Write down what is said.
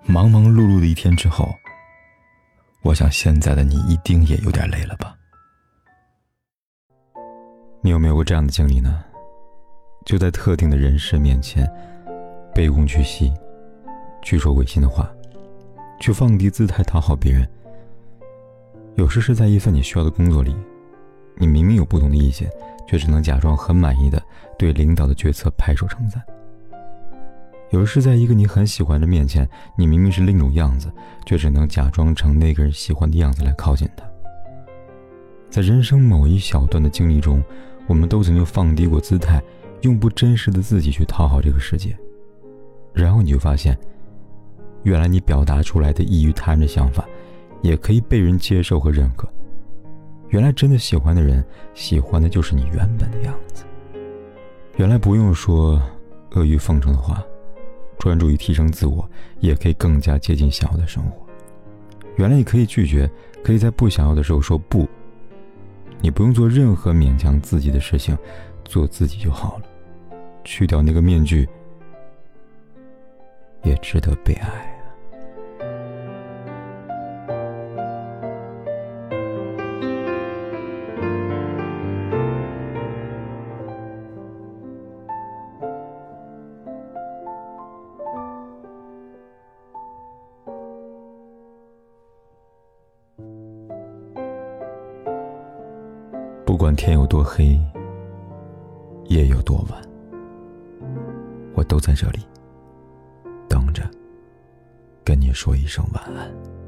忙忙碌碌的一天之后，我想现在的你一定也有点累了吧。你有没有过这样的经历呢？就在特定的人士面前卑躬屈膝，去说违心的话，去放低姿态讨好别人。有时是在一份你需要的工作里，你明明有不同的意见，却只能假装很满意的对领导的决策拍手称赞。有时是在一个你很喜欢的面前，你明明是另一种样子，却只能假装成那个人喜欢的样子来靠近他。在人生某一小段的经历中，我们都曾经放低过姿态，用不真实的自己去讨好这个世界。然后你就发现，原来你表达出来的异于他人的想法也可以被人接受和认可。原来真的喜欢的人，喜欢的就是你原本的样子。原来不用说阿谀奉承的话，专注于提升自我，也可以更加接近想要的生活。原来你可以拒绝，可以在不想要的时候说不。你不用做任何勉强自己的事情，做自己就好了。去掉那个面具，也值得被爱啊。不管天有多黑，夜有多晚，我都在这里等着跟你说一声晚安。